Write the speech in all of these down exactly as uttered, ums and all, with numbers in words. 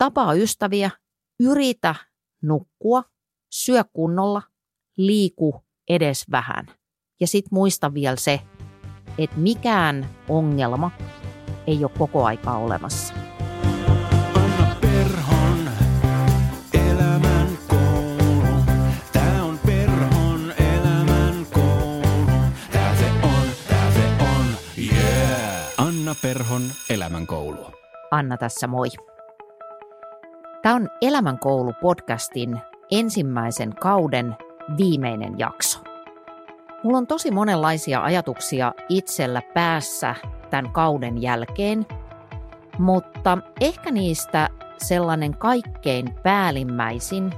tapaa ystäviä, yritä nukkua, syö kunnolla, liiku edes vähän. Ja sit muista vielä se, että mikään ongelma ei ole koko aikaa olemassa. Anna Perhon elämän koulu. Tää on Perhon elämän koulu. Tää se on, tää se on, yeah. Anna Perhon elämän koulu. Anna tässä moi. Tämä on Elämänkoulu-podcastin ensimmäisen kauden viimeinen jakso. Mulla on tosi monenlaisia ajatuksia itsellä päässä tämän kauden jälkeen, mutta ehkä niistä sellainen kaikkein päällimmäisin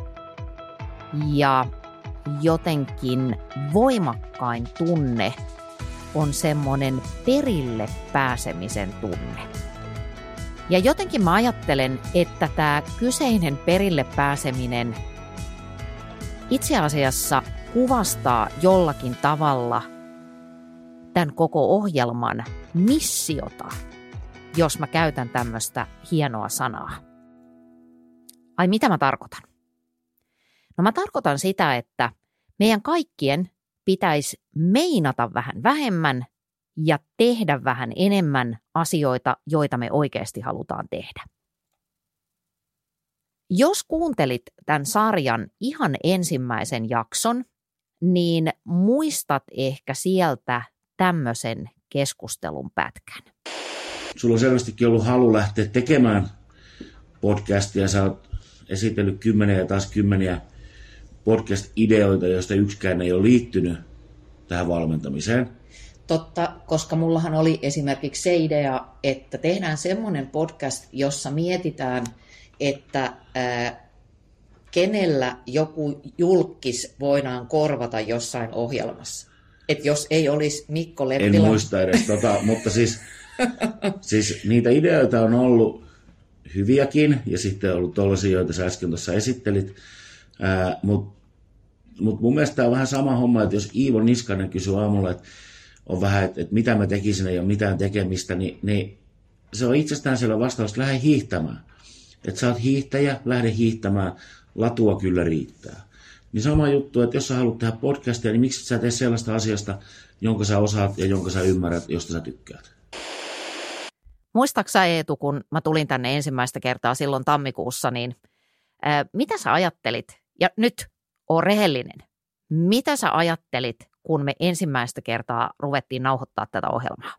ja jotenkin voimakkain tunne on semmoinen perille pääsemisen tunne. Ja jotenkin mä ajattelen, että tämä kyseinen perille pääseminen itse asiassa kuvastaa jollakin tavalla tämän koko ohjelman missiota, jos mä käytän tämmöistä hienoa sanaa. Ai mitä mä tarkoitan? No mä tarkoitan sitä, että meidän kaikkien pitäisi meinata vähän vähemmän ja tehdä vähän enemmän asioita, joita me oikeasti halutaan tehdä. Jos kuuntelit tämän sarjan ihan ensimmäisen jakson, niin muistat ehkä sieltä tämmöisen keskustelun pätkän. Sulla on selvästikin ollut halu lähteä tekemään podcastia. Sä oot esitellyt kymmeniä ja taas kymmeniä podcast-ideoita, joista yksikään ei ole liittynyt tähän valmentamiseen. Totta, koska mullahan oli esimerkiksi se idea, että tehdään semmoinen podcast, jossa mietitään, että ää, kenellä joku julkkis voidaan korvata jossain ohjelmassa. Että jos ei olisi Mikko Leppilä... En muista edes tota, mutta siis, siis niitä ideoita on ollut hyviäkin, ja sitten on ollut tollaisia, joita sä äsken tuossa esittelit. Ää, Mutta mut mun mielestä tämä on vähän sama homma, että jos Iivo Niskanen kysyy aamulla, että on vähän, että, että mitä mä tekisin, ei ole mitään tekemistä, niin, niin se on itsestään siellä vastaus, että lähde hiihtämään. Että sä oot hiihtäjä, lähde hiihtämään, latua kyllä riittää. Niin sama juttu, että jos sä haluat tehdä podcastia, niin miksi sä tee sellaista asiasta, jonka sä osaat ja jonka sä ymmärrät, josta sä tykkäät? Muistatko sä, Eetu, kun mä tulin tänne ensimmäistä kertaa silloin tammikuussa, niin ää, mitä sä ajattelit? Ja nyt oo rehellinen. Mitä sä ajattelit, kun me ensimmäistä kertaa ruvettiin nauhoittaa tätä ohjelmaa?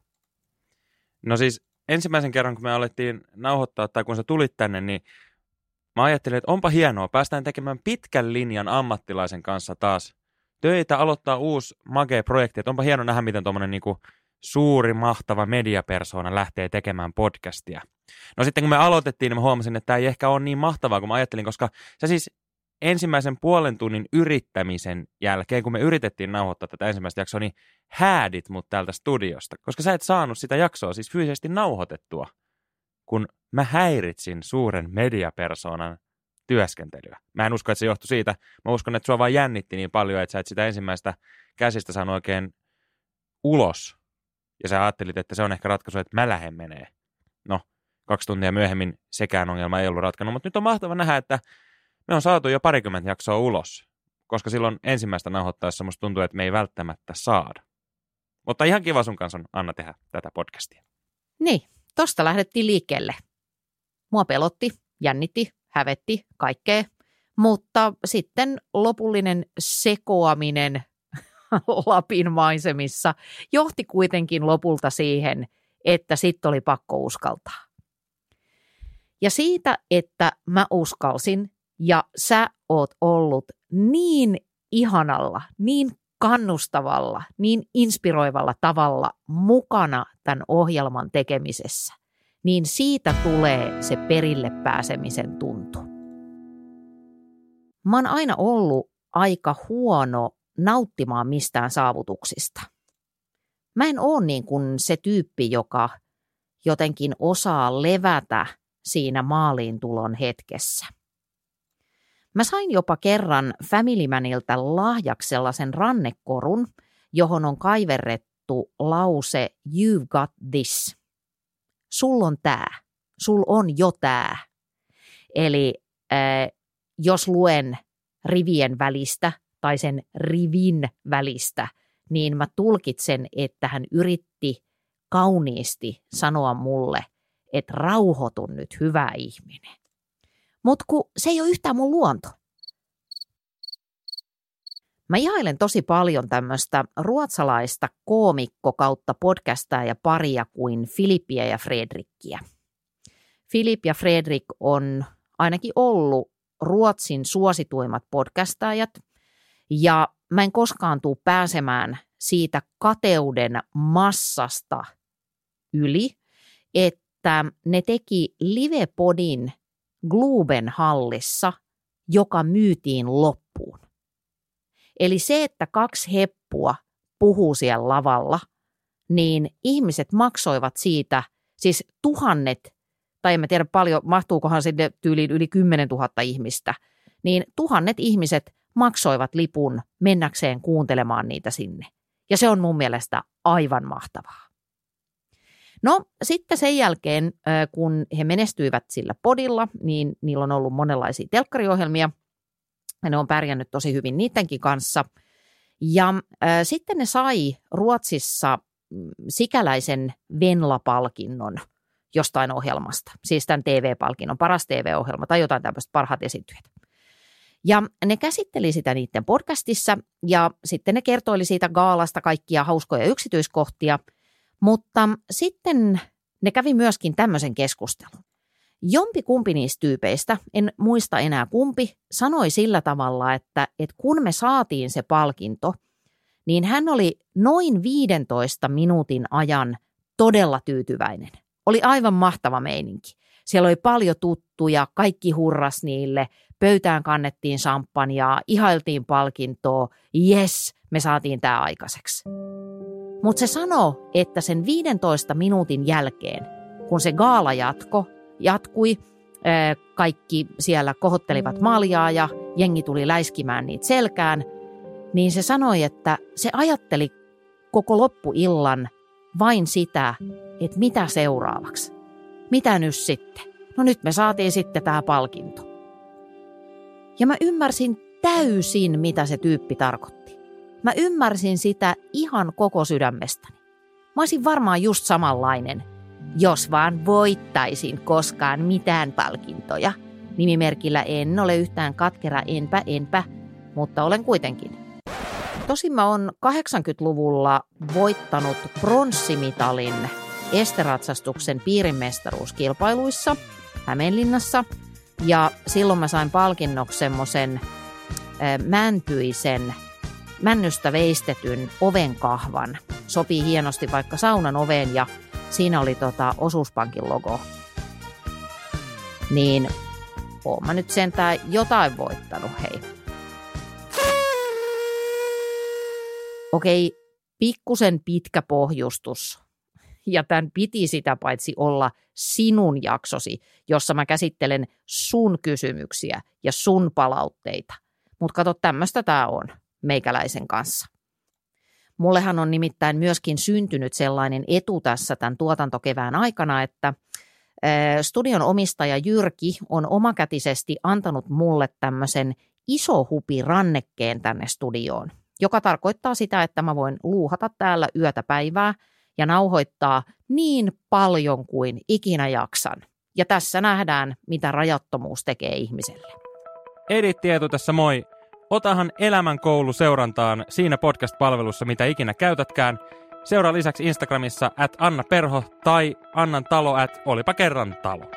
No siis ensimmäisen kerran, kun me alettiin nauhoittaa, tai kun sä tulit tänne, niin mä ajattelin, että onpa hienoa. Päästään tekemään pitkän linjan ammattilaisen kanssa taas töitä, aloittaa uusi magea projekti. Että onpa hienoa nähdä, miten tuommoinen niinku suuri, mahtava mediapersona lähtee tekemään podcastia. No sitten kun me aloitettiin, niin mä huomasin, että tämä ei ehkä ole niin mahtavaa kuin mä ajattelin, koska se siis ensimmäisen puolen tunnin yrittämisen jälkeen, kun me yritettiin nauhoittaa tätä ensimmäistä jaksoa, niin häädit mut täältä studiosta, koska sä et saanut sitä jaksoa siis fyysisesti nauhoitettua, kun mä häiritsin suuren mediapersonan työskentelyä. Mä en usko, että se johtui siitä. Mä uskon, että sua vaan jännitti niin paljon, että sä et sitä ensimmäistä käsistä saanut oikein ulos. Ja sä ajattelit, että se on ehkä ratkaisu, että mä lähden menee. No, kaksi tuntia myöhemmin sekään ongelma ei ollut ratkannut, mutta nyt on mahtava nähdä, että me on saatu jo parikymmentä jaksoa ulos, koska silloin ensimmäistä nauhoittaessa musta tuntuu, että me ei välttämättä saada. Mutta ihan kiva sun kanssa on, Anna, tehdä tätä podcastia. Niin, tosta lähdettiin liikkeelle. Mua pelotti, jännitti, hävetti, kaikkea, mutta sitten lopullinen sekoaminen Lapin maisemissa johti kuitenkin lopulta siihen, että sitten oli pakko uskaltaa. Ja siitä, että mä uskalsin ja sä oot ollut niin ihanalla, niin kannustavalla, niin inspiroivalla tavalla mukana tämän ohjelman tekemisessä, niin siitä tulee se perille pääsemisen tuntu. Mä oon aina ollut aika huono nauttimaan mistään saavutuksista. Mä en ole niin kuin se tyyppi, joka jotenkin osaa levätä siinä maaliintulon hetkessä. Mä sain jopa kerran Family Maniltä lahjaksi sellaisen rannekorun, johon on kaiverrettu lause "You've got this". Sul on tää. Sul on jo tää. Eli äh, jos luen rivien välistä tai sen rivin välistä, niin mä tulkitsen, että hän yritti kauniisti sanoa mulle, että rauhoitun nyt, hyvä ihminen. Mutta kun se ei ole yhtään mun luonto. Mä ihailen tosi paljon tämmöistä ruotsalaista koomikko kautta podcastaa ja paria kuin Filippiä ja Fredrikkiä. Filip ja Fredrik on ainakin ollut Ruotsin suosituimmat podcastajat ja mä en koskaan tule pääsemään siitä kateuden massasta yli, että ne teki livepodin Globen hallissa, joka myytiin loppuun. Eli se, että kaksi heppua puhuu siellä lavalla, niin ihmiset maksoivat siitä, siis tuhannet, tai en mä tiedä paljon, mahtuukohan sinne tyyliin yli kymmenen tuhatta ihmistä, niin tuhannet ihmiset maksoivat lipun mennäkseen kuuntelemaan niitä sinne. Ja se on mun mielestä aivan mahtavaa. No sitten sen jälkeen, kun he menestyivät sillä podilla, niin niillä on ollut monenlaisia telkkariohjelmia. Ja ne on pärjännyt tosi hyvin niidenkin kanssa. Ja äh, sitten ne sai Ruotsissa sikäläisen Venla-palkinnon jostain ohjelmasta. Siis tämän T V-palkinnon, paras T V-ohjelma tai jotain tämmöistä, parhaat esiintyjät. Ja ne käsitteli sitä niiden podcastissa ja sitten ne kertoili siitä gaalasta kaikkia hauskoja yksityiskohtia. Mutta sitten ne kävi myöskin tämmöisen keskustelun. Jompi kumpi niistä tyypeistä, en muista enää kumpi, sanoi sillä tavalla, että, että kun me saatiin se palkinto, niin hän oli noin viidentoista minuutin ajan todella tyytyväinen. Oli aivan mahtava meininki. Siellä oli paljon tuttuja, kaikki hurras niille, pöytään kannettiin champagnea, ihailtiin palkintoa, jes, me saatiin tämä aikaiseksi. Mutta se sanoi, että sen viidentoista minuutin jälkeen, kun se gaala jatko, jatkui, kaikki siellä kohottelivat maljaa ja jengi tuli läiskimään niitä selkään, niin se sanoi, että se ajatteli koko loppuillan vain sitä, että mitä seuraavaksi, mitä nyt sitten. No nyt me saatiin sitten tämä palkinto. Ja mä ymmärsin täysin, mitä se tyyppi tarkoitti. Mä ymmärsin sitä ihan koko sydämestäni. Mä olisin varmaan just samanlainen, jos vaan voittaisin koskaan mitään palkintoja. Nimimerkillä en ole yhtään katkera, enpä, enpä, mutta olen kuitenkin. Tosin mä oon kahdeksankymmentäluvulla voittanut pronssimitalin esteratsastuksen piirimestaruuskilpailuissa Hämeenlinnassa. Ja silloin mä sain palkinnoksi semmoisen mäntyisen, männystä veistetyn ovenkahvan. Sopii hienosti vaikka saunan oveen ja siinä oli tota osuuspankin logo. Niin oon mä nyt sentään jotain voittanut, hei. Okei, pikkusen pitkä pohjustus. Ja tämän piti sitä paitsi olla sinun jaksosi, jossa mä käsittelen sun kysymyksiä ja sun palautteita. Mutta kato, tämmöistä tää on meikäläisen kanssa. Mullehan on nimittäin myöskin syntynyt sellainen etu tässä tämän tuotantokevään aikana, että studion omistaja Jyrki on omakätisesti antanut mulle tämmöisen isohupirannekkeen tänne studioon, joka tarkoittaa sitä, että mä voin luuhata täällä yötä päivää ja nauhoittaa niin paljon kuin ikinä jaksan. Ja tässä nähdään, mitä rajattomuus tekee ihmiselle. Edit Tietu tässä moi. Otahan Elämänkoulu seurantaan siinä podcast-palvelussa, mitä ikinä käytätkään. Seuraa lisäksi Instagramissa at Anna Perho tai Annan talo at Olipa kerran talo.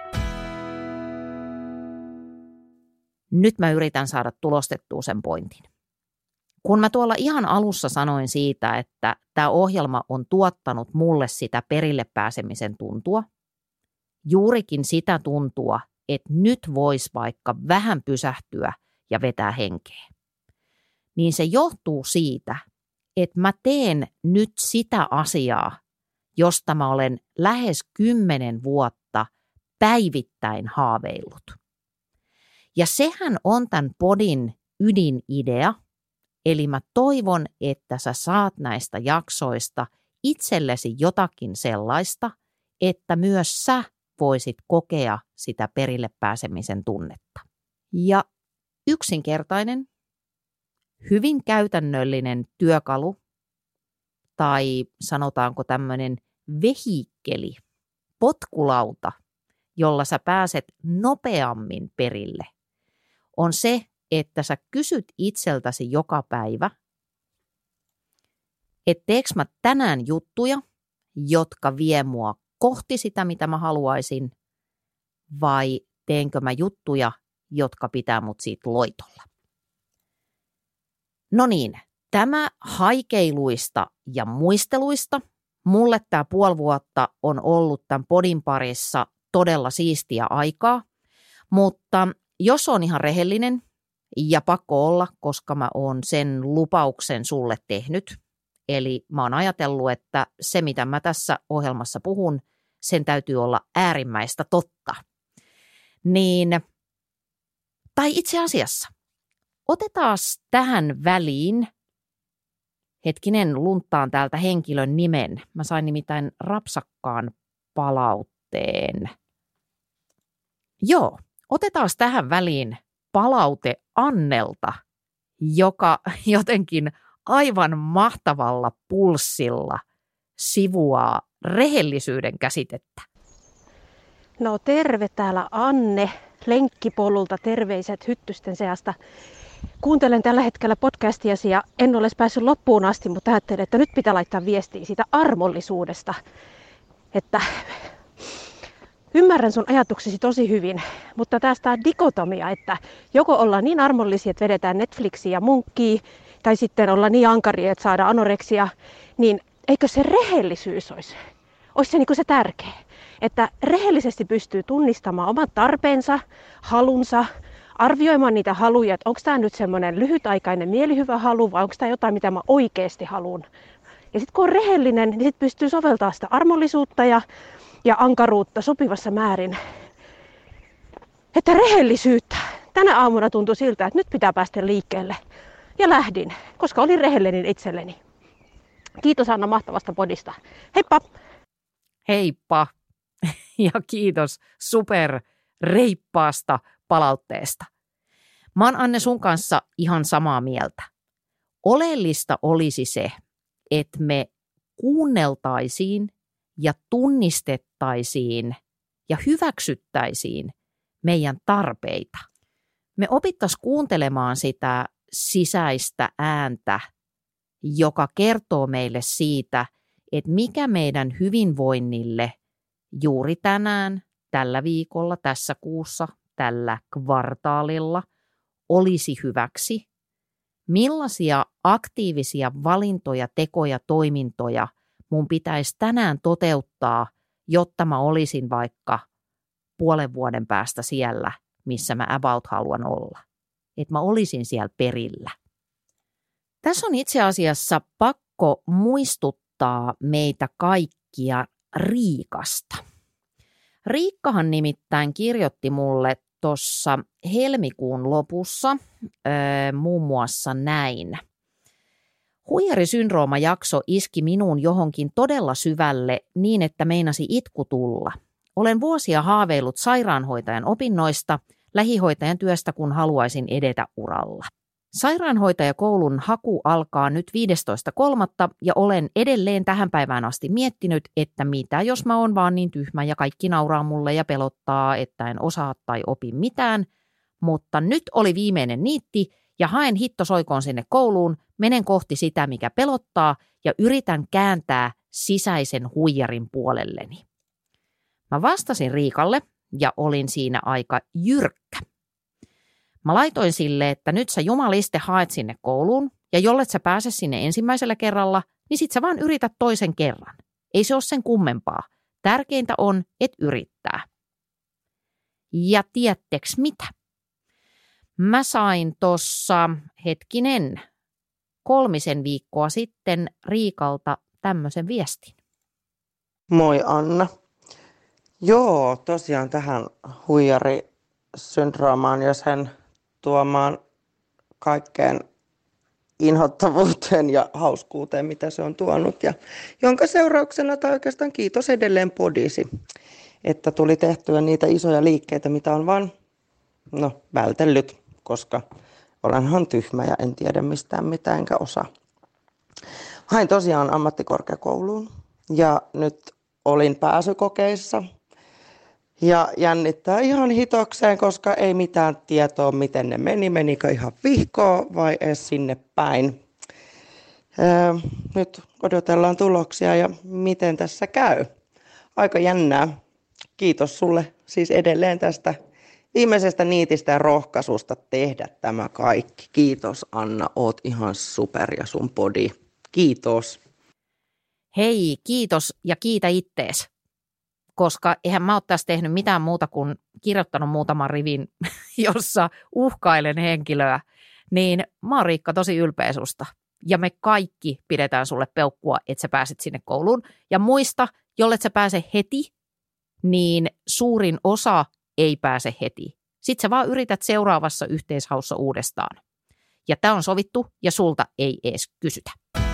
Nyt mä yritän saada tulostettua sen pointin. Kun mä tuolla ihan alussa sanoin siitä, että tämä ohjelma on tuottanut mulle sitä perille pääsemisen tuntua, juurikin sitä tuntua, että nyt vois vaikka vähän pysähtyä ja vetää henkeä, niin se johtuu siitä, että mä teen nyt sitä asiaa, josta mä olen lähes kymmenen vuotta päivittäin haaveillut. Ja sehän on tämän podin ydinidea, eli mä toivon, että sä saat näistä jaksoista itsellesi jotakin sellaista, että myös sä voisit kokea sitä perille pääsemisen tunnetta. Ja yksinkertainen, hyvin käytännöllinen työkalu tai sanotaanko tämmöinen vehikkeli, potkulauta, jolla sä pääset nopeammin perille, on se, että sä kysyt itseltäsi joka päivä, että teekö mä tänään juttuja, jotka vie mua kohti sitä, mitä mä haluaisin, vai teenkö mä juttuja, jotka pitää mut siitä loitolla. No niin, tämä haikeiluista ja muisteluista. Mulle tämä puoli vuotta on ollut tämän podin parissa todella siistiä aikaa, mutta jos on ihan rehellinen ja pakko olla, koska mä oon sen lupauksen sulle tehnyt, eli mä oon ajatellut, että se mitä mä tässä ohjelmassa puhun, sen täytyy olla äärimmäistä totta. Niin, tai itse asiassa, otetaan tähän väliin, hetkinen, lunttaan täältä henkilön nimen. Mä sain nimittäin rapsakkaan palautteen. Joo, otetaan tähän väliin palaute Annelta, joka jotenkin aivan mahtavalla pulssilla sivuaa rehellisyyden käsitettä. No terve, täällä Anne lenkkipolulta, terveiset hyttysten seasta. Kuuntelen tällä hetkellä podcastiasi ja en ole päässyt loppuun asti, mutta ajattelin, että nyt pitää laittaa viestiä siitä armollisuudesta. Että ymmärrän sun ajatuksesi tosi hyvin, mutta tästä on dikotomia, että joko ollaan niin armollisia, että vedetään Netflixiä ja munkkia, tai sitten olla niin ankaria, että saadaan anoreksia, niin eikö se rehellisyys olisi, olisi se, niin kuin se tärkeä? Että rehellisesti pystyy tunnistamaan omat tarpeensa, halunsa, arvioimaan niitä haluja, että onko tämä nyt semmoinen lyhytaikainen mielihyvä halu vai onko tämä jotain, mitä mä oikeasti haluan. Ja sitten kun on rehellinen, niin sitten pystyy soveltamaan sitä armollisuutta ja, ja ankaruutta sopivassa määrin. Että rehellisyyttä. Tänä aamuna tuntui siltä, että nyt pitää päästä liikkeelle. Ja lähdin, koska olin rehellinen itselleni. Kiitos Anna mahtavasta podista. Heippa! Heippa! Ja kiitos super reippaasta palautteesta. Mä oon Anne sun kanssa ihan samaa mieltä. Oleellista olisi se, että me kuunneltaisiin ja tunnistettaisiin ja hyväksyttäisiin meidän tarpeita. Me opittaisiin kuuntelemaan sitä sisäistä ääntä, joka kertoo meille siitä, että mikä meidän hyvinvoinnille juuri tänään, tällä viikolla, tässä kuussa, tällä kvartaalilla olisi hyväksi, millaisia aktiivisia valintoja, tekoja, toimintoja mun pitäisi tänään toteuttaa, jotta mä olisin vaikka puolen vuoden päästä siellä, missä mä about haluan olla. Että mä olisin siellä perillä. Tässä on itse asiassa pakko muistuttaa meitä kaikkia Riikasta. Riikkahan nimittäin kirjoitti mulle tuossa helmikuun lopussa öö, muun muassa näin. Huijarisyndrooma-jakso iski minuun johonkin todella syvälle niin, että meinasi itku tulla. Olen vuosia haaveillut sairaanhoitajan opinnoista, lähihoitajan työstä, kun haluaisin edetä uralla. Sairaanhoitajakoulun haku alkaa nyt viidestoista kolmatta ja olen edelleen tähän päivään asti miettinyt, että mitä jos mä oon vaan niin tyhmä ja kaikki nauraa mulle ja pelottaa, että en osaa tai opi mitään. Mutta nyt oli viimeinen niitti ja haen hittosoikoon sinne kouluun, menen kohti sitä, mikä pelottaa ja yritän kääntää sisäisen huijarin puolelleni. Mä vastasin Riikalle ja olin siinä aika jyrkkä. Mä laitoin sille, että nyt sä jumaliste haet sinne kouluun, ja jollet sä pääse sinne ensimmäisellä kerralla, niin sit sä vaan yrität toisen kerran. Ei se ole sen kummempaa. Tärkeintä on, et yrittää. Ja tiedättekö mitä? Mä sain tossa, hetkinen, kolmisen viikkoa sitten Riikalta tämmöisen viestin. Moi Anna. Joo, tosiaan tähän huijarisyndroomaan ja sen tuomaan kaikkeen inhottavuuteen ja hauskuuteen, mitä se on tuonut. Ja jonka seurauksena, tai oikeastaan kiitos edelleen podisi, että tuli tehtyä niitä isoja liikkeitä, mitä on vaan no, vältellyt, koska olenhan tyhmä ja en tiedä mistään mitään enkä osaa. Hain tosiaan ammattikorkeakouluun ja nyt olin pääsykokeissa ja jännittää ihan hitokseen, koska ei mitään tietoa, miten ne meni. Menikö ihan vihkoon vai edes sinne päin. Öö, nyt odotellaan tuloksia ja miten tässä käy. Aika jännää. Kiitos sulle siis edelleen tästä viimeisestä niitistä ja rohkaisusta tehdä tämä kaikki. Kiitos Anna, oot ihan super ja sun podi. Kiitos. Hei, kiitos ja kiitä ittees, koska eihän mä ole tässä tehnyt mitään muuta kuin kirjoittanut muutaman rivin, jossa uhkailen henkilöä, niin mä oon Riikka tosi ylpeä susta. Ja me kaikki pidetään sulle peukkua, että sä pääset sinne kouluun. Ja muista, jollet sä pääse heti, niin suurin osa ei pääse heti. Sitten sä vaan yrität seuraavassa yhteishaussa uudestaan. Ja tää on sovittu ja sulta ei ees kysytä.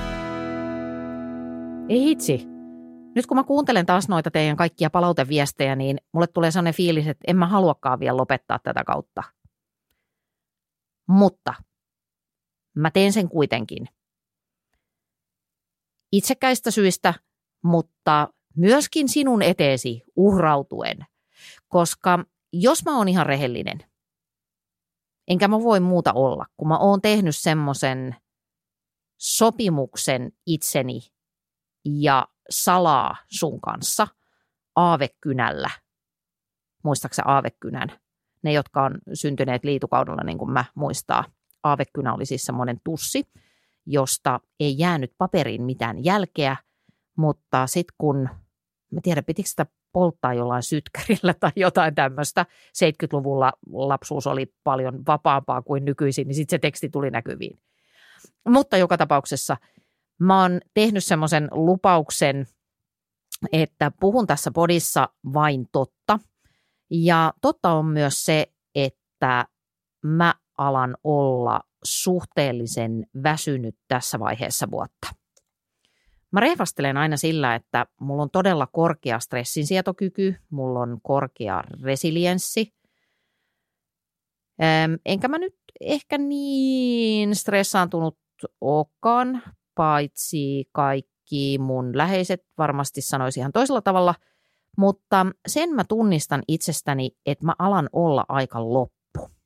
Ei hitsi. Nyt kun mä kuuntelen taas noita teidän kaikkia palauteviestejä, niin mulle tulee sellainen fiilis, että en mä haluakaan vielä lopettaa tätä kautta. Mutta mä teen sen kuitenkin. Itsekäistä syistä, mutta myöskin sinun eteesi uhrautuen. Koska jos mä oon ihan rehellinen, enkä mä voi muuta olla, kun mä oon tehnyt semmoisen sopimuksen itseni ja salaa sun kanssa aavekynällä. Muistaaksä aavekynän? Ne, jotka on syntyneet liitukaudella, niin kuin mä muistaa. Aavekynä oli siis semmoinen tussi, josta ei jäänyt paperiin mitään jälkeä, mutta sitten kun, mä tiedän, pitikö sitä polttaa jollain sytkärillä tai jotain tämmöistä, seitsemänkymmentäluvulla lapsuus oli paljon vapaampaa kuin nykyisin, niin sitten se teksti tuli näkyviin. Mutta joka tapauksessa mä oon tehnyt semmoisen lupauksen, että puhun tässä podissa vain totta. Ja totta on myös se, että mä alan olla suhteellisen väsynyt tässä vaiheessa vuotta. Mä rehvastelen aina sillä, että mulla on todella korkea stressinsietokyky, mulla on korkea resilienssi. Enkä mä nyt ehkä niin stressaantunut olekaan, paitsi kaikki mun läheiset varmasti sanoisi ihan toisella tavalla, mutta sen mä tunnistan itsestäni, että mä alan olla aika loppu.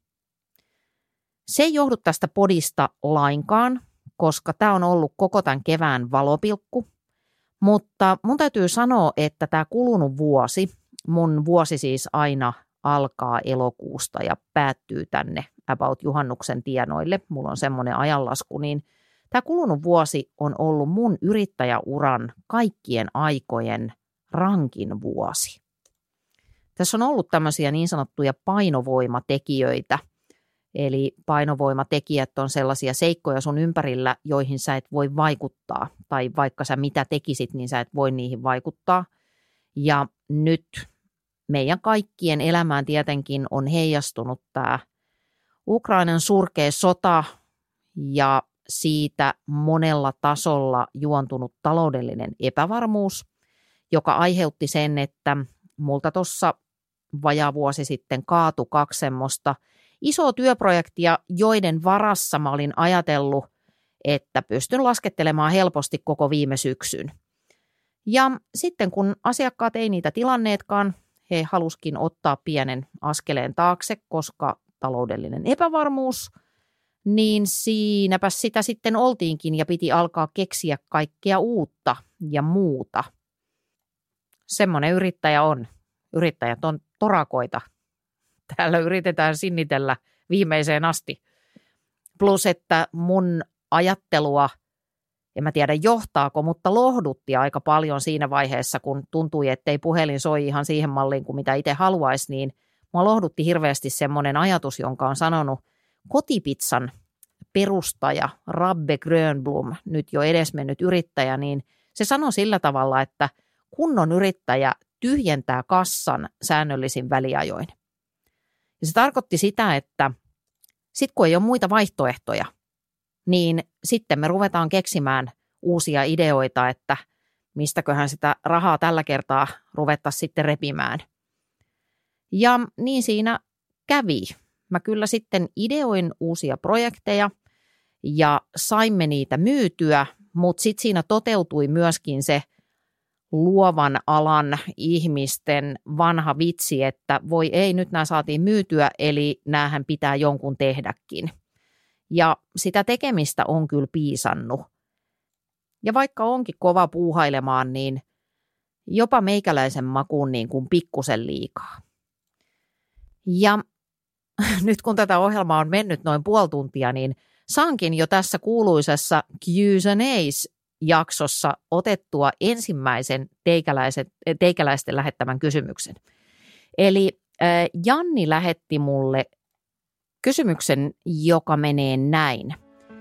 Se ei johdu tästä podista lainkaan, koska tämä on ollut koko tämän kevään valopilkku, mutta mun täytyy sanoa, että tämä kulunut vuosi, mun vuosi siis aina alkaa elokuusta ja päättyy tänne about juhannuksen tienoille, mulla on semmoinen ajanlasku, niin tämä kulunut vuosi on ollut mun yrittäjäuran kaikkien aikojen rankin vuosi. Tässä on ollut tämmöisiä niin sanottuja painovoimatekijöitä, eli painovoimatekijät on sellaisia seikkoja sun ympärillä, joihin sä et voi vaikuttaa, tai vaikka sä mitä tekisit, niin sä et voi niihin vaikuttaa. Ja nyt meidän kaikkien elämään tietenkin on heijastunut tämä Ukrainan surkea sota ja siitä monella tasolla juontunut taloudellinen epävarmuus, joka aiheutti sen, että multa tuossa vajaa vuosi sitten kaatui kaksi semmoista isoa työprojektia, joiden varassa mä olin ajatellut, että pystyn laskettelemaan helposti koko viime syksyn. Ja sitten kun asiakkaat ei niitä tilanneetkaan, he haluskin ottaa pienen askeleen taakse, koska taloudellinen epävarmuus, niin siinäpä sitä sitten oltiinkin ja piti alkaa keksiä kaikkea uutta ja muuta. Semmoinen yrittäjä on. Yrittäjät on torakoita. Täällä yritetään sinnitellä viimeiseen asti. Plus, että mun ajattelua, en mä tiedä johtaako, mutta lohdutti aika paljon siinä vaiheessa, kun tuntui, ettei puhelin soi ihan siihen malliin kuin mitä itse haluaisi, niin mua lohdutti hirveästi semmoinen ajatus, jonka on sanonut kotipizzan perustaja Rabbe Grönblom, nyt jo edesmennyt yrittäjä, niin se sanoi sillä tavalla, että kunnon yrittäjä tyhjentää kassan säännöllisin väliajoin. Ja se tarkoitti sitä, että sitten kun ei ole muita vaihtoehtoja, niin sitten me ruvetaan keksimään uusia ideoita, että mistäköhän sitä rahaa tällä kertaa ruvettaisiin sitten repimään. Ja niin siinä kävi. Mä kyllä sitten ideoin uusia projekteja ja saimme niitä myytyä, mutta sitten siinä toteutui myöskin se luovan alan ihmisten vanha vitsi, että voi ei, nyt nämä saatiin myytyä, eli näähän pitää jonkun tehdäkin. Ja sitä tekemistä on kyllä piisannut. Ja vaikka onkin kova puuhailemaan, niin jopa meikäläisen makuun niin kuin pikkusen liikaa. Ja nyt kun tätä ohjelmaa on mennyt noin puoli tuntia, niin saankin jo tässä kuuluisessa Q's and A's jaksossa otettua ensimmäisen teikäläisten lähettämän kysymyksen. Eli äh, Janni lähetti mulle kysymyksen, joka menee näin.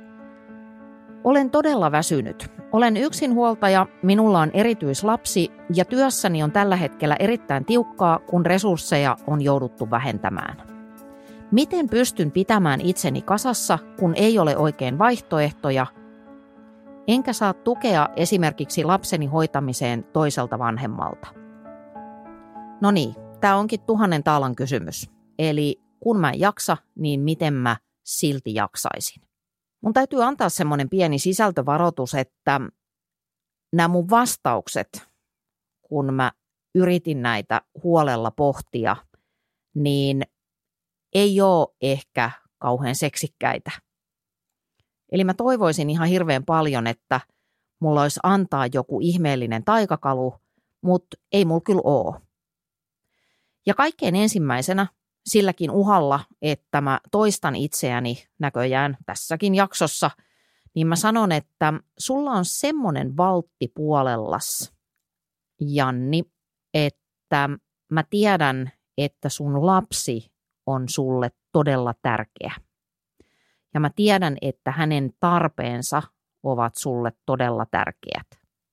Olen todella väsynyt. Olen yksinhuoltaja, minulla on erityislapsi ja työssäni on tällä hetkellä erittäin tiukkaa, kun resursseja on jouduttu vähentämään. Miten pystyn pitämään itseni kasassa, kun ei ole oikein vaihtoehtoja, enkä saa tukea esimerkiksi lapseni hoitamiseen toiselta vanhemmalta? No niin, tämä onkin tuhannen taalan kysymys. Eli kun mä en jaksa, niin miten mä silti jaksaisin? Mun täytyy antaa semmoinen pieni sisältövaroitus, että nämä mun vastaukset, kun mä yritin näitä huolella pohtia, niin ei ole ehkä kauhean seksikkäitä. Eli mä toivoisin ihan hirveän paljon, että mulla olisi antaa joku ihmeellinen taikakalu, mutta ei mulla kyllä ole. Ja kaikkein ensimmäisenä silläkin uhalla, että mä toistan itseäni näköjään tässäkin jaksossa, niin mä sanon, että sulla on semmoinen valtti puolellas, Janni, että mä tiedän, että sun lapsi on sulle todella tärkeä. Ja mä tiedän, että hänen tarpeensa ovat sulle todella tärkeät.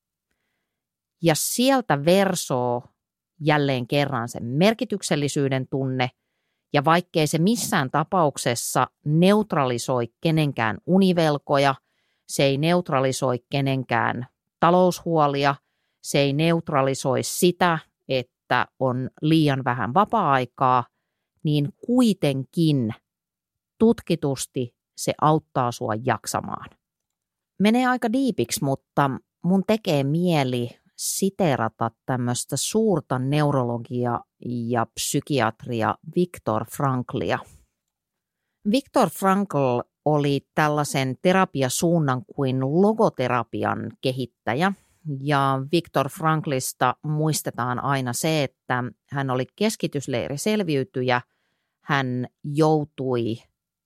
Ja sieltä versoo jälleen kerran sen merkityksellisyyden tunne, ja vaikkei se missään tapauksessa neutralisoi kenenkään univelkoja, se ei neutralisoi kenenkään taloushuolia, se ei neutralisoi sitä, että on liian vähän vapaa-aikaa, niin kuitenkin tutkitusti se auttaa sua jaksamaan. Menee aika diipiksi, mutta mun tekee mieli siteerata tämmöistä suurta neurologia ja psykiatria Viktor Franklia. Viktor Frankl oli tällaisen terapiasuunnan kuin logoterapian kehittäjä, ja Viktor Franklista muistetaan aina se, että hän oli keskitysleiriselviytyjä. Hän joutui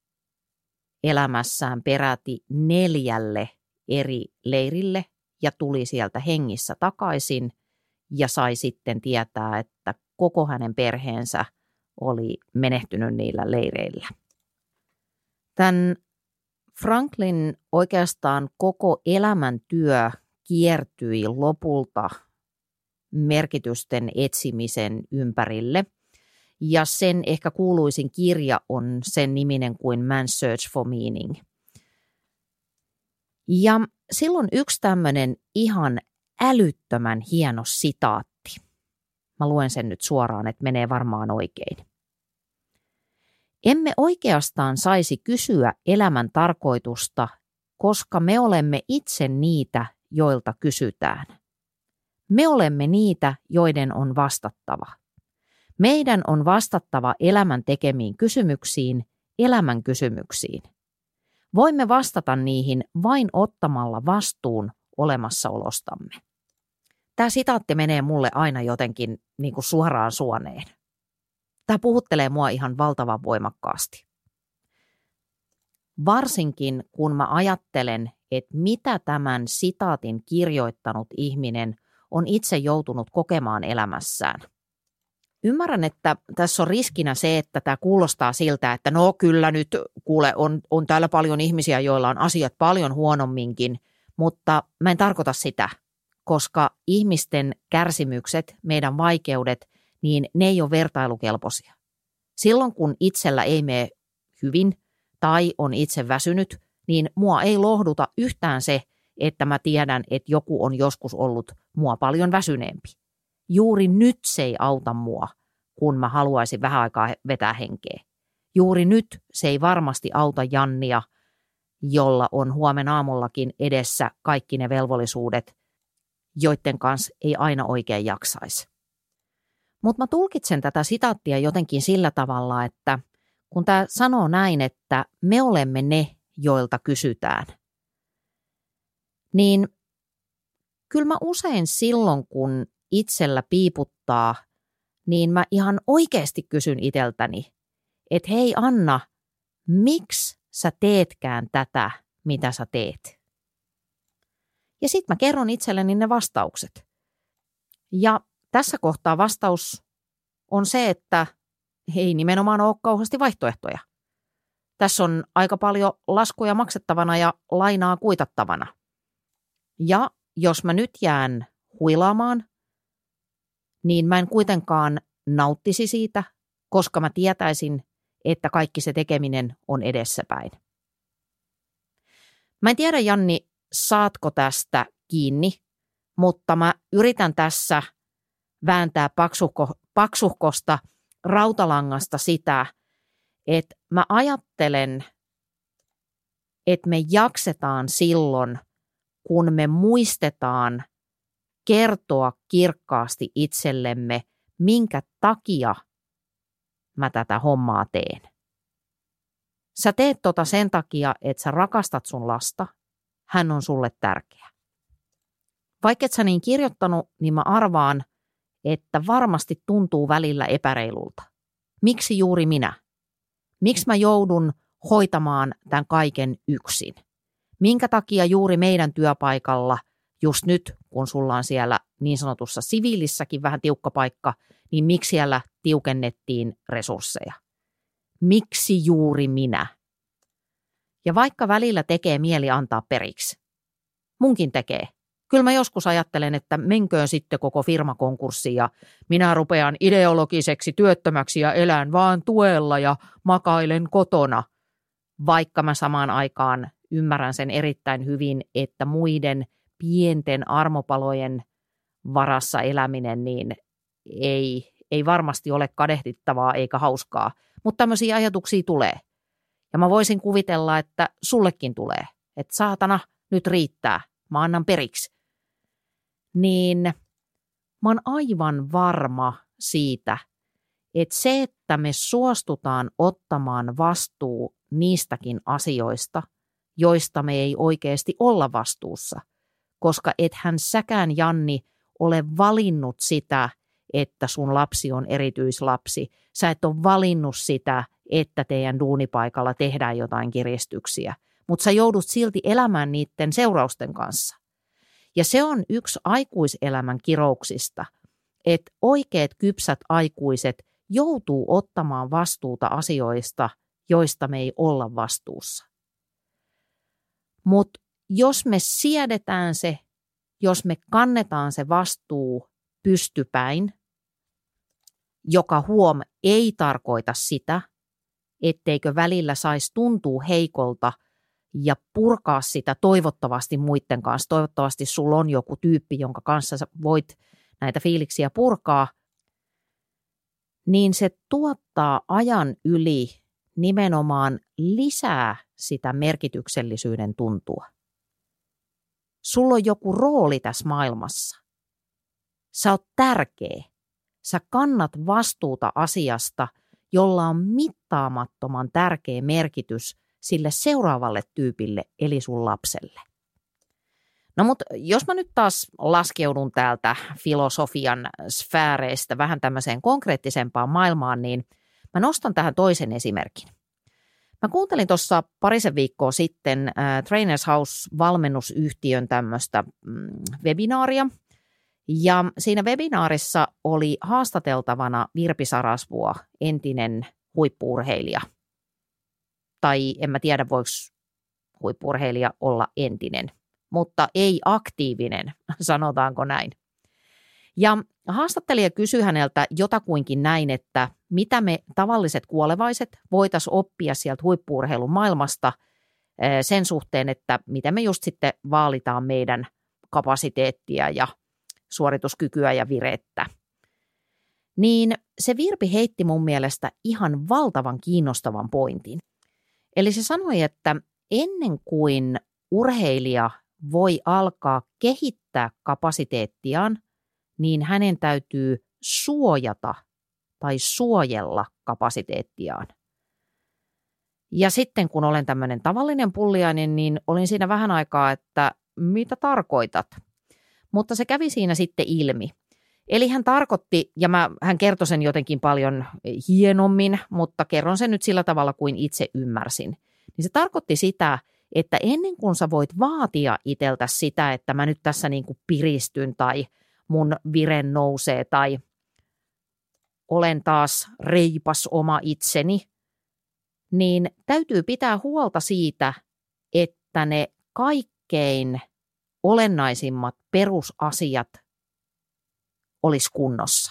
elämässään peräti neljälle eri leirille ja tuli sieltä hengissä takaisin ja sai sitten tietää, että koko hänen perheensä oli menehtynyt niillä leireillä. Tämän Franklin oikeastaan koko elämäntyö kiertyi lopulta merkitysten etsimisen ympärille. Ja sen ehkä kuuluisin kirja on sen niminen kuin Man's Search for Meaning. Ja silloin yksi tämmöinen ihan älyttömän hieno sitaatti. Mä luen sen nyt suoraan, että menee varmaan oikein. Emme oikeastaan saisi kysyä elämän tarkoitusta, koska me olemme itse niitä, joilta kysytään. Me olemme niitä, joiden on vastattava. Meidän on vastattava elämän tekemiin kysymyksiin, elämän kysymyksiin. Voimme vastata niihin vain ottamalla vastuun olemassaolostamme. Tämä sitaatti menee mulle aina jotenkin niin kuin suoraan suoneen. Tämä puhuttelee mua ihan valtavan voimakkaasti. Varsinkin kun mä ajattelen, että mitä tämän sitaatin kirjoittanut ihminen on itse joutunut kokemaan elämässään. Ymmärrän, että tässä on riskinä se, että tämä kuulostaa siltä, että no kyllä nyt kuule on, on täällä paljon ihmisiä, joilla on asiat paljon huonomminkin, mutta mä en tarkoita sitä, koska ihmisten kärsimykset, meidän vaikeudet, niin ne ei ole vertailukelpoisia. Silloin kun itsellä ei mene hyvin tai on itse väsynyt, niin mua ei lohduta yhtään se, että mä tiedän, että joku on joskus ollut mua paljon väsyneempi. Juuri nyt se ei auta mua, kun mä haluaisin vähän aikaa vetää henkeä. Juuri nyt se ei varmasti auta Jannia, jolla on huomenna aamullakin edessä kaikki ne velvollisuudet, joiden kanssa ei aina oikein jaksaisi. Mutta mä tulkitsen tätä sitaattia jotenkin sillä tavalla, että kun tämä sanoo näin, että me olemme ne, joilta kysytään, niin kyllä mä usein silloin, kun itsellä piiputtaa, niin mä ihan oikeasti kysyn itseltäni, että hei Anna, miksi sä teetkään tätä, mitä sä teet? Ja sitten mä kerron itselleni ne vastaukset. Ja tässä kohtaa vastaus on se, että ei nimenomaan ole kauheasti vaihtoehtoja. Tässä on aika paljon laskuja maksettavana ja lainaa kuitattavana. Ja jos mä nyt jään huilaamaan, niin mä en kuitenkaan nauttisi siitä, koska mä tietäisin, että kaikki se tekeminen on edessäpäin. Mä en tiedä, Janni, saatko tästä kiinni, mutta mä yritän tässä vääntää paksuhko, paksuhkosta rautalangasta sitä, että mä ajattelen, että me jaksetaan silloin, kun me muistetaan kertoa kirkkaasti itsellemme, minkä takia mä tätä hommaa teen. Sä teet tota sen takia, että sä rakastat sun lasta, hän on sulle tärkeä. Vaikka et sä niin kirjoittanut, niin mä arvaan, että varmasti tuntuu välillä epäreilulta. Miksi juuri minä? Miksi mä joudun hoitamaan tämän kaiken yksin? Minkä takia juuri meidän työpaikalla, just nyt, kun sulla on siellä niin sanotussa siviilissäkin vähän tiukka paikka, niin miksi siellä tiukennettiin resursseja? Miksi juuri minä? Ja vaikka välillä tekee mieli antaa periksi, munkin tekee. Kyllä mä joskus ajattelen, että menköön sitten koko firma konkurssiin ja minä rupean ideologiseksi työttömäksi ja elän vaan tuella ja makailen kotona, vaikka mä samaan aikaan ymmärrän sen erittäin hyvin, että muiden pienten armopalojen varassa eläminen niin ei, ei varmasti ole kadehdittavaa eikä hauskaa, mutta tämmöisiä ajatuksia tulee. Ja mä voisin kuvitella, että sullekin tulee, että saatana, nyt riittää, mä annan periksi. Niin mä oon aivan varma siitä, että se, että me suostutaan ottamaan vastuu niistäkin asioista, joista me ei oikeasti olla vastuussa, koska ethän säkään, Janni, ole valinnut sitä, että sun lapsi on erityislapsi. Sä et ole valinnut sitä, että teidän duunipaikalla tehdään jotain kiristyksiä, mutta sä joudut silti elämään niiden seurausten kanssa. Ja se on yksi aikuiselämän kirouksista, että oikeat kypsät aikuiset joutuu ottamaan vastuuta asioista, joista me ei olla vastuussa. Mutta jos me siedetään se, jos me kannetaan se vastuu pystypäin, joka huom ei tarkoita sitä, etteikö välillä saisi tuntua heikolta ja purkaa sitä toivottavasti muiden kanssa. Toivottavasti sulla on joku tyyppi, jonka kanssa sä voit näitä fiiliksiä purkaa, niin se tuottaa ajan yli nimenomaan lisää sitä merkityksellisyyden tuntua. Sulla on joku rooli tässä maailmassa. Sä oot tärkeä. Sä kannat vastuuta asiasta, jolla on mittaamattoman tärkeä merkitys sille seuraavalle tyypille, eli sun lapselle. No mutta jos mä nyt taas laskeudun täältä filosofian sfääreistä vähän tämmöiseen konkreettisempaan maailmaan, niin mä nostan tähän toisen esimerkin. Mä kuuntelin tuossa parisen viikkoa sitten äh, Trainers House-valmennusyhtiön tämmöistä mm, webinaaria. Ja siinä webinaarissa oli haastateltavana Virpi Sarasvuo, entinen huippu-urheilija. Tai en mä tiedä, voiko huippu-urheilija olla entinen, mutta ei aktiivinen, sanotaanko näin. Ja haastattelija kysyi häneltä jotakuinkin näin, että mitä me tavalliset kuolevaiset voitaisiin oppia sieltä huippu-urheilun maailmasta sen suhteen, että miten me just sitten vaalitaan meidän kapasiteettia ja suorituskykyä ja virettä. Niin se Virpi heitti mun mielestä ihan valtavan kiinnostavan pointin. Eli se sanoi, että ennen kuin urheilija voi alkaa kehittää kapasiteettiaan, niin hänen täytyy suojata tai suojella kapasiteettiaan. Ja sitten kun olen tämmöinen tavallinen pulliainen, niin olin siinä vähän aikaa, että mitä tarkoitat? Mutta se kävi siinä sitten ilmi. Eli hän tarkoitti, ja mä, hän kertoi sen jotenkin paljon hienommin, mutta kerron sen nyt sillä tavalla kuin itse ymmärsin. Niin se tarkoitti sitä, että ennen kuin sä voit vaatia itseltä sitä, että mä nyt tässä niin kuin piristyn tai mun vire nousee tai olen taas reipas oma itseni, niin täytyy pitää huolta siitä, että ne kaikkein olennaisimmat perusasiat olisi kunnossa.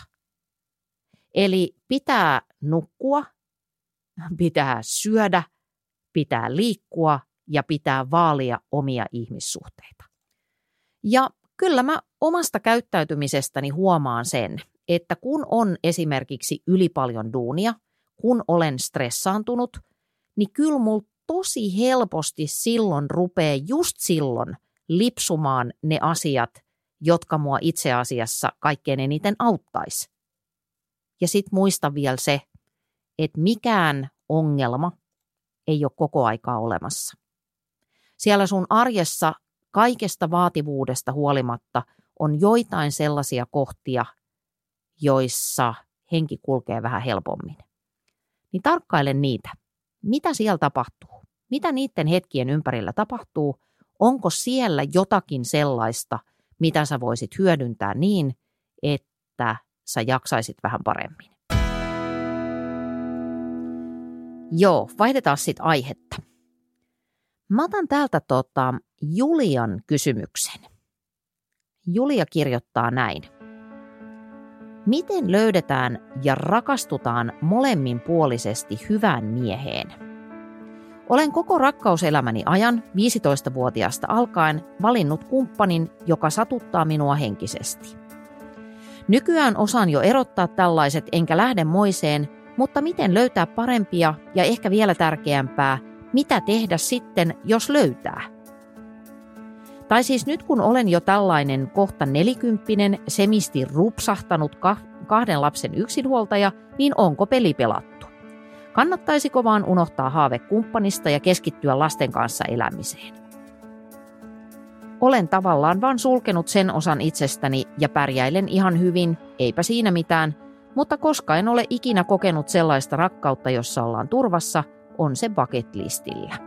Eli pitää nukkua, pitää syödä, pitää liikkua ja pitää vaalia omia ihmissuhteita. Ja kyllä mä omasta käyttäytymisestäni huomaan sen, että kun on esimerkiksi ylipaljon duunia, kun olen stressaantunut, niin kyllä mulla tosi helposti silloin rupeaa just silloin lipsumaan ne asiat, jotka mua itse asiassa kaikkein eniten auttaisi. Ja sit muista vielä se, että mikään ongelma ei ole koko aikaa olemassa. Siellä sun arjessa kaikesta vaativuudesta huolimatta on joitain sellaisia kohtia, joissa henki kulkee vähän helpommin. Niin tarkkaile niitä. Mitä siellä tapahtuu? Mitä niiden hetkien ympärillä tapahtuu? Onko siellä jotakin sellaista, mitä sä voisit hyödyntää niin, että sä jaksaisit vähän paremmin? Joo, vaihdetaan sitten aihetta. Mä otan täältä tota Julian kysymyksen. Julia kirjoittaa näin. Miten löydetään ja rakastutaan molemminpuolisesti hyvään mieheen? Olen koko rakkauselämäni ajan viisitoistavuotiaasta alkaen valinnut kumppanin, joka satuttaa minua henkisesti. Nykyään osaan jo erottaa tällaiset enkä lähde moiseen, mutta miten löytää parempia ja ehkä vielä tärkeämpää, mitä tehdä sitten, jos löytää? Tai siis nyt kun olen jo tällainen kohta nelikymppinen, semisti rupsahtanut kahden lapsen yksinhuoltaja, niin onko peli pelattu? Kannattaisiko vaan unohtaa haave kumppanista ja keskittyä lasten kanssa elämiseen? Olen tavallaan vaan sulkenut sen osan itsestäni ja pärjäilen ihan hyvin, eipä siinä mitään, mutta koska en ole ikinä kokenut sellaista rakkautta, jossa ollaan turvassa, on se bucket listillä.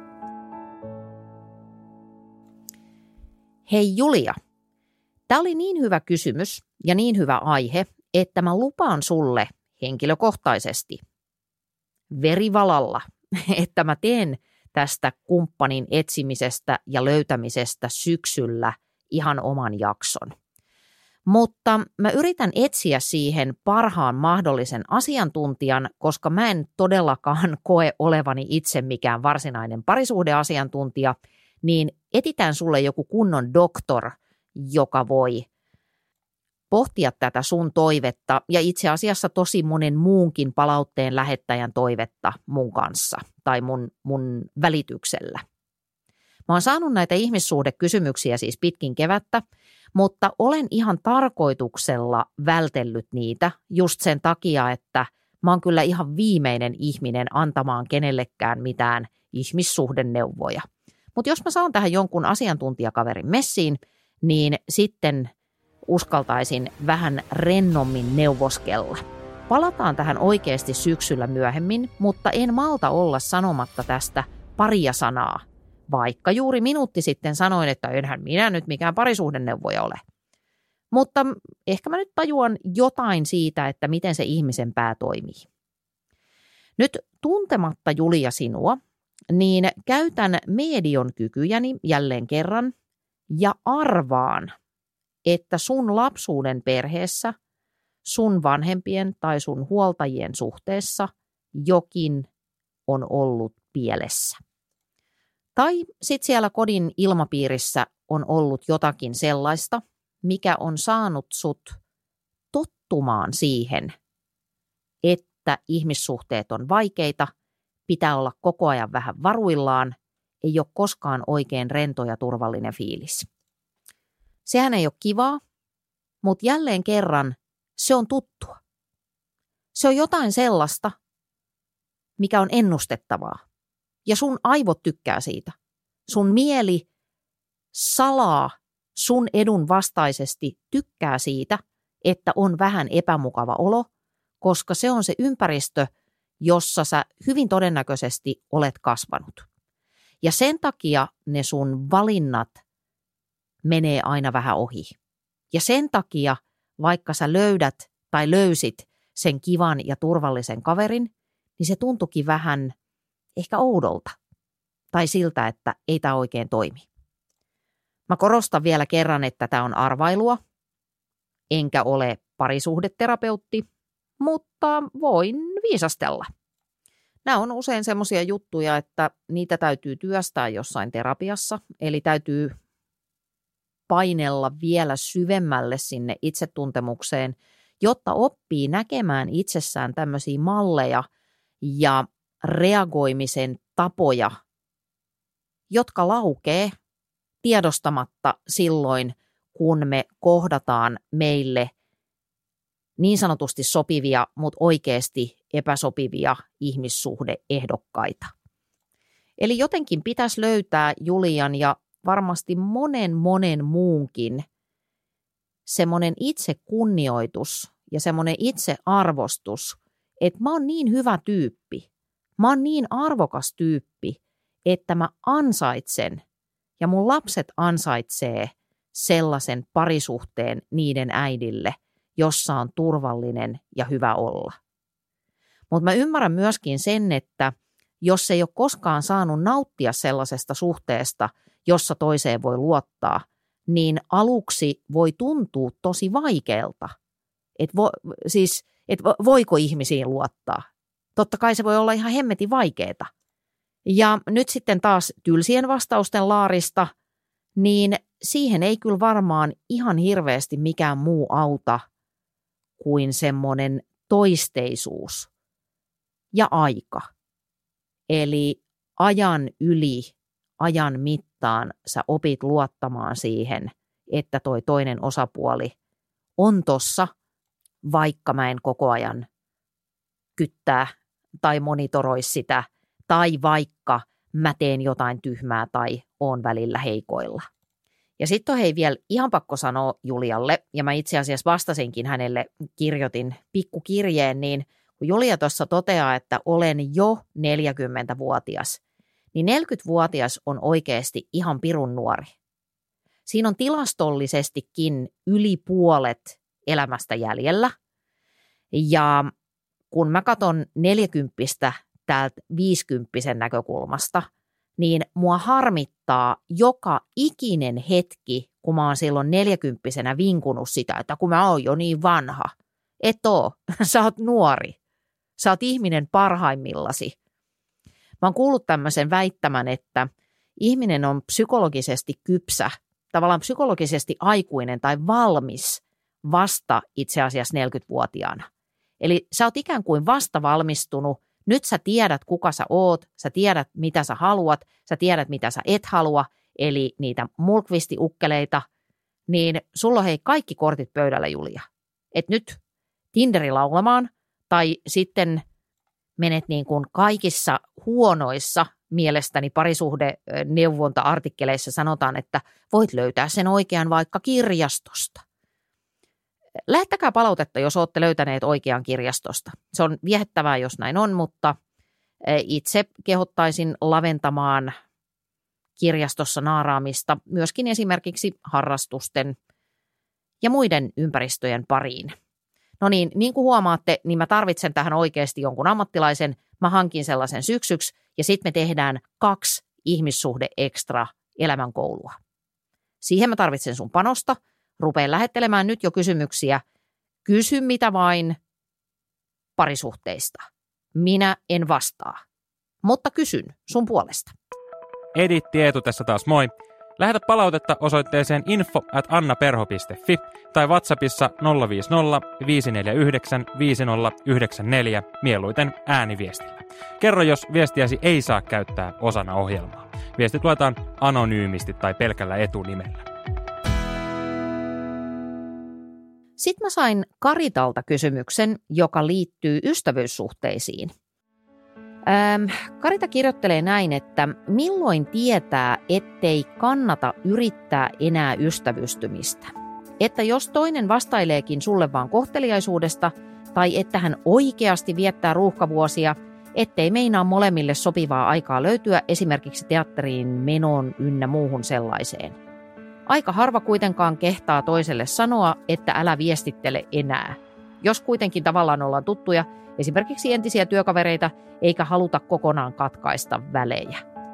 Hei Julia, tämä oli niin hyvä kysymys ja niin hyvä aihe, että mä lupaan sulle henkilökohtaisesti verivalalla, että mä teen tästä kumppanin etsimisestä ja löytämisestä syksyllä ihan oman jakson. Mutta mä yritän etsiä siihen parhaan mahdollisen asiantuntijan, koska mä en todellakaan koe olevani itse mikään varsinainen parisuhdeasiantuntija, niin etitään sulle joku kunnon doktor, joka voi pohtia tätä sun toivetta ja itse asiassa tosi monen muunkin palautteen lähettäjän toivetta mun kanssa tai mun, mun välityksellä. Mä oon saanut näitä ihmissuhdekysymyksiä siis pitkin kevättä, mutta olen ihan tarkoituksella vältellyt niitä just sen takia, että mä oon kyllä ihan viimeinen ihminen antamaan kenellekään mitään ihmissuhdeneuvoja. Mutta jos mä saan tähän jonkun asiantuntijakaverin messiin, niin sitten uskaltaisin vähän rennommin neuvoskella. Palataan tähän oikeasti syksyllä myöhemmin, mutta en malta olla sanomatta tästä paria sanaa. Vaikka juuri minuutti sitten sanoin, että enhän minä nyt mikään parisuhdeneuvoja ole. Mutta ehkä mä nyt tajuan jotain siitä, että miten se ihmisen pää toimii. Nyt tuntematta Julia sinua, niin käytän medion kykyjäni jälleen kerran ja arvaan, että sun lapsuuden perheessä, sun vanhempien tai sun huoltajien suhteessa jokin on ollut pielessä. Tai sitten siellä kodin ilmapiirissä on ollut jotakin sellaista, mikä on saanut sut tottumaan siihen, että ihmissuhteet on vaikeita, pitää olla koko ajan vähän varuillaan, ei ole koskaan oikein rento ja turvallinen fiilis. Sehän ei ole kivaa, mutta jälleen kerran se on tuttua. Se on jotain sellaista, mikä on ennustettavaa. Ja sun aivot tykkää siitä. Sun mieli salaa sun edun vastaisesti tykkää siitä, että on vähän epämukava olo, koska se on se ympäristö, jossa sä hyvin todennäköisesti olet kasvanut. Ja sen takia ne sun valinnat menee aina vähän ohi. Ja sen takia, vaikka sä löydät tai löysit sen kivan ja turvallisen kaverin, niin se tuntuikin vähän ehkä oudolta tai siltä, että ei tämä oikein toimi. Mä korostan vielä kerran, että tämä on arvailua, enkä ole parisuhdeterapeutti, mutta voin viisastella. Nämä on usein semmoisia juttuja, että niitä täytyy työstää jossain terapiassa, eli täytyy painella vielä syvemmälle sinne itsetuntemukseen, jotta oppii näkemään itsessään tämmöisiä malleja ja reagoimisen tapoja, jotka laukee tiedostamatta silloin, kun me kohdataan meille niin sanotusti sopivia, mutta oikeasti epäsopivia ihmissuhdeehdokkaita. Eli jotenkin pitäisi löytää Julian ja varmasti monen monen muunkin semmoinen itsekunnioitus ja semmoinen itsearvostus, että mä oon niin hyvä tyyppi, mä oon niin arvokas tyyppi, että mä ansaitsen ja mun lapset ansaitsee sellaisen parisuhteen niiden äidille, jossa on turvallinen ja hyvä olla. Mutta mä ymmärrän myöskin sen, että jos ei ole koskaan saanut nauttia sellaisesta suhteesta, jossa toiseen voi luottaa, niin aluksi voi tuntua tosi vaikealta. Et vo, siis, et voiko ihmisiin luottaa? Totta kai se voi olla ihan hemmetin vaikeeta. Ja nyt sitten taas tylsien vastausten laarista, niin siihen ei kyllä varmaan ihan hirveästi mikään muu auta kuin semmoinen toisteisuus ja aika. Eli ajan yli, ajan mittaan sä opit luottamaan siihen, että toi toinen osapuoli on tossa, vaikka mä en koko ajan kyttää tai monitoroi sitä, tai vaikka mä teen jotain tyhmää tai oon välillä heikoilla. Ja sitten on hei vielä ihan pakko sanoa Julialle, ja mä itse asiassa vastasinkin hänelle, kirjoitin pikkukirjeen, niin kun Julia tuossa toteaa, että olen jo neljäkymmentävuotias, niin neljäkymmentävuotias on oikeasti ihan pirun nuori. Siinä on tilastollisestikin yli puolet elämästä jäljellä, ja kun mä katson neljäkymppistä täältä viisikymppisen näkökulmasta, niin mua harmittaa joka ikinen hetki, kun mä oon silloin neljäkymppisenä vinkunut sitä, että kun mä oon jo niin vanha. Et oo, sä oot nuori. Sä oot ihminen parhaimmillasi. Mä oon kuullut tämmöisen väittämän, että ihminen on psykologisesti kypsä, tavallaan psykologisesti aikuinen tai valmis vasta itse asiassa neljäkymmentävuotiaana. Eli sä oot ikään kuin vasta valmistunut. Nyt sä tiedät, kuka sä oot, sä tiedät, mitä sä haluat, sä tiedät, mitä sä et halua, eli niitä mulkvistiukkeleita, niin sulla on hei kaikki kortit pöydällä, Julia. Et nyt Tinderi laulamaan, tai sitten menet niin kuin kaikissa huonoissa mielestäni parisuhdeneuvonta-artikkeleissa sanotaan, että voit löytää sen oikean vaikka kirjastosta. Lähettäkää palautetta, jos olette löytäneet oikean kirjastosta. Se on viehättävää, jos näin on, mutta itse kehottaisin laventamaan kirjastossa naaraamista myöskin esimerkiksi harrastusten ja muiden ympäristöjen pariin. No niin, niin kuin huomaatte, niin mä tarvitsen tähän oikeasti jonkun ammattilaisen. Mä hankin sellaisen syksyksi ja sitten me tehdään kaksi ihmissuhde ekstra elämänkoulua. Siihen mä tarvitsen sun panosta. Rupeen lähettelemään nyt jo kysymyksiä. Kysy mitä vain parisuhteista. Minä en vastaa, mutta kysyn sun puolesta. Editti Eetu tässä taas moi. Lähetä palautetta osoitteeseen info at annaperho piste fi tai WhatsAppissa nolla viisi nolla viisi neljä yhdeksän viisi nolla yhdeksän neljä mieluiten ääniviestillä. Kerro, jos viestiäsi ei saa käyttää osana ohjelmaa. Viestit luetaan anonyymisti tai pelkällä etunimellä. Sitten mä sain Karitalta kysymyksen, joka liittyy ystävyyssuhteisiin. Ähm, Karita kirjoittelee näin, että milloin tietää, ettei kannata yrittää enää ystävystymistä? Että jos toinen vastaileekin sulle vaan kohteliaisuudesta tai että hän oikeasti viettää ruuhkavuosia, ettei meinaa molemmille sopivaa aikaa löytyä esimerkiksi teatteriin, menoon ynnä muuhun sellaiseen. Aika harva kuitenkaan kehtaa toiselle sanoa, että älä viestittele enää. Jos kuitenkin tavallaan ollaan tuttuja, esimerkiksi entisiä työkavereita, eikä haluta kokonaan katkaista välejä.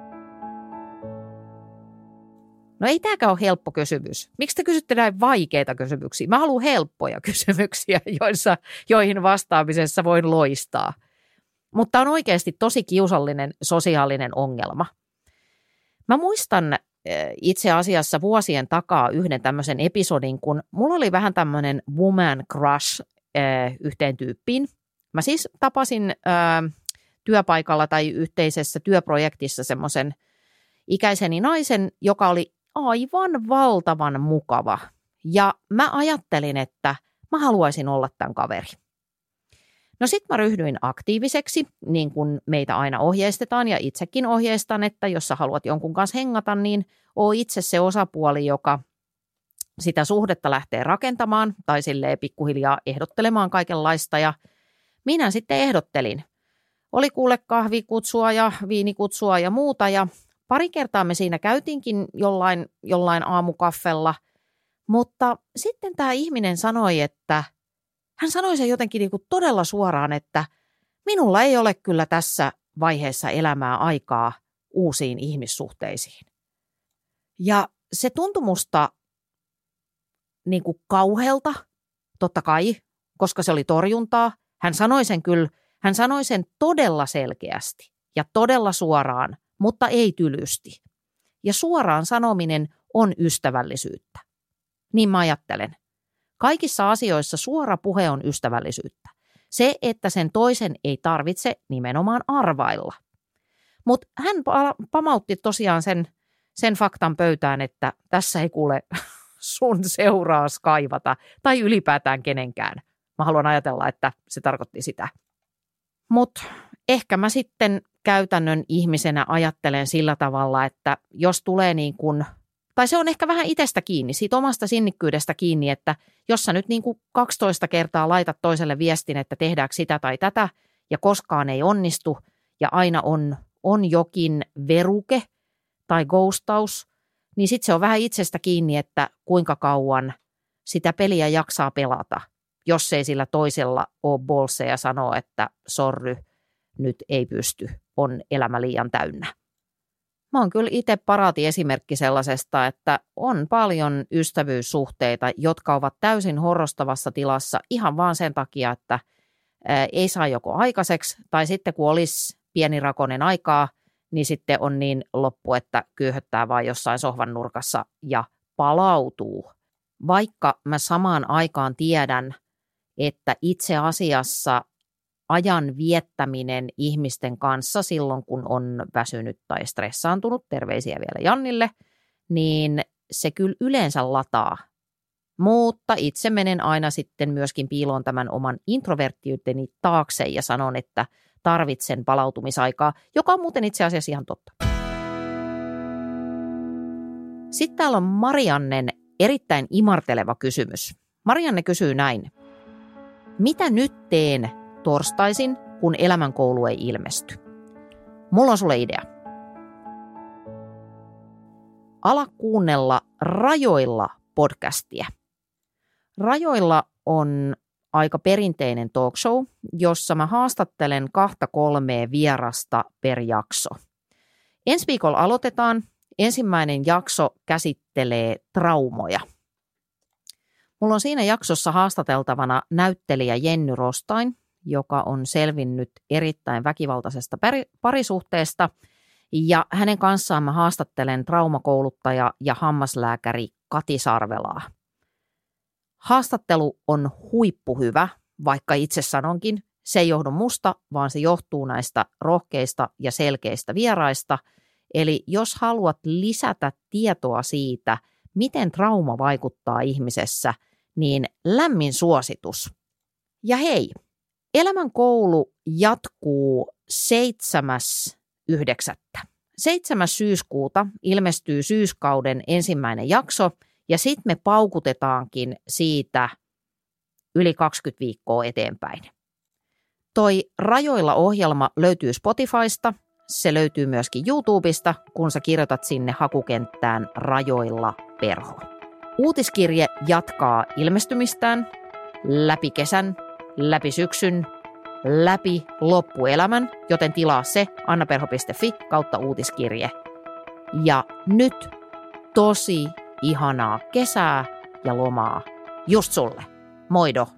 No ei tämäkään ole helppo kysymys. Miksi te kysytte näin vaikeita kysymyksiä? Mä haluan helppoja kysymyksiä, joissa, joihin vastaamisessa voin loistaa. Mutta on oikeasti tosi kiusallinen sosiaalinen ongelma. Mä muistan itse asiassa vuosien takaa yhden tämmöisen episodin, kun mulla oli vähän tämmöinen woman crush yhteen tyyppiin. Mä siis tapasin ää, työpaikalla tai yhteisessä työprojektissa semmoisen ikäiseni naisen, joka oli aivan valtavan mukava. Ja mä ajattelin, että mä haluaisin olla tämän kaveri. No sit mä ryhdyin aktiiviseksi, niin kuin meitä aina ohjeistetaan ja itsekin ohjeistan, että jos sä haluat jonkun kanssa hengata, niin oo itse se osapuoli, joka sitä suhdetta lähtee rakentamaan tai silleen pikkuhiljaa ehdottelemaan kaikenlaista ja minä sitten ehdottelin. Oli kuule kahvikutsua ja viinikutsua ja muuta ja pari kertaa me siinä käytiinkin jollain, jollain aamukaffella, mutta sitten tämä ihminen sanoi, että hän sanoi sen jotenkin niin kuin todella suoraan, että minulla ei ole kyllä tässä vaiheessa elämää aikaa uusiin ihmissuhteisiin. Ja se tuntui musta niin kuin kauhealta, totta kai, koska se oli torjuntaa. Hän sanoi sen kyllä, hän sanoi sen todella selkeästi ja todella suoraan, mutta ei tylysti. Ja suoraan sanominen on ystävällisyyttä. Niin mä ajattelen. Kaikissa asioissa suora puhe on ystävällisyyttä. Se, että sen toisen ei tarvitse nimenomaan arvailla. Mutta hän pamautti tosiaan sen, sen faktan pöytään, että tässä ei kuule sun seuraas kaivata tai ylipäätään kenenkään. Mä haluan ajatella, että se tarkoitti sitä. Mutta ehkä mä sitten käytännön ihmisenä ajattelen sillä tavalla, että jos tulee niin kuin, tai se on ehkä vähän itsestä kiinni, siitä omasta sinnikkyydestä kiinni, että jos sä nyt niin kuin kaksitoista kertaa laitat toiselle viestin, että tehdäänkö sitä tai tätä, ja koskaan ei onnistu, ja aina on, on jokin veruke tai ghostaus, niin sitten se on vähän itsestä kiinni, että kuinka kauan sitä peliä jaksaa pelata, jos ei sillä toisella ole bolseja sanoa, että sorry, nyt ei pysty, on elämä liian täynnä. Mä oon kyllä itse paraati esimerkki sellaisesta, että on paljon ystävyyssuhteita, jotka ovat täysin horrostavassa tilassa ihan vaan sen takia, että ei saa joko aikaiseksi, tai sitten kun olisi pieni rakonen aikaa, niin sitten on niin loppu, että kyyhöttää vaan jossain sohvan nurkassa ja palautuu. Vaikka mä samaan aikaan tiedän, että itse asiassa ajan viettäminen ihmisten kanssa silloin, kun on väsynyt tai stressaantunut, terveisiä vielä Jannille, niin se kyllä yleensä lataa. Mutta itse menen aina sitten myöskin piiloon tämän oman introverttiyteni taakse ja sanon, että tarvitsen palautumisaikaa, joka on muuten itse asiassa ihan totta. Sitten täällä on Mariannen erittäin imarteleva kysymys. Marianne kysyy näin. Mitä nyt teen torstaisin, kun elämänkoulu ei ilmesty? Mulla on sulle idea. Ala kuunnella Rajoilla podcastia. Rajoilla on aika perinteinen talk show, jossa mä haastattelen kahta kolmea vierasta per jakso. Ensi viikolla aloitetaan. Ensimmäinen jakso käsittelee traumoja. Mulla on siinä jaksossa haastateltavana näyttelijä Jenny Rostain, joka on selvinnyt erittäin väkivaltaisesta parisuhteesta Ja hänen kanssaan mä haastattelen traumakouluttaja ja hammaslääkäri Kati Sarvelaa. Haastattelu on huippuhyvä, vaikka itse sanonkin, se ei johdu musta, vaan se johtuu näistä rohkeista ja selkeistä vieraista. Eli jos haluat lisätä tietoa siitä, miten trauma vaikuttaa ihmisessä, niin lämmin suositus. Ja hei, Elämän koulu jatkuu seitsemäs yhdeksättä seitsemäs syyskuuta ilmestyy syyskauden ensimmäinen jakso, ja sitten me paukutetaankin siitä yli kaksikymmentä viikkoa eteenpäin. Toi Rajoilla-ohjelma löytyy Spotifysta, se löytyy myöskin YouTubesta, kun sä kirjoitat sinne hakukenttään Rajoilla Perho. Uutiskirje jatkaa ilmestymistään läpi kesän, läpi syksyn, läpi loppuelämän, joten tilaa se annaperho piste fi kautta uutiskirje. Ja nyt tosi ihanaa kesää ja lomaa just sulle. Moido!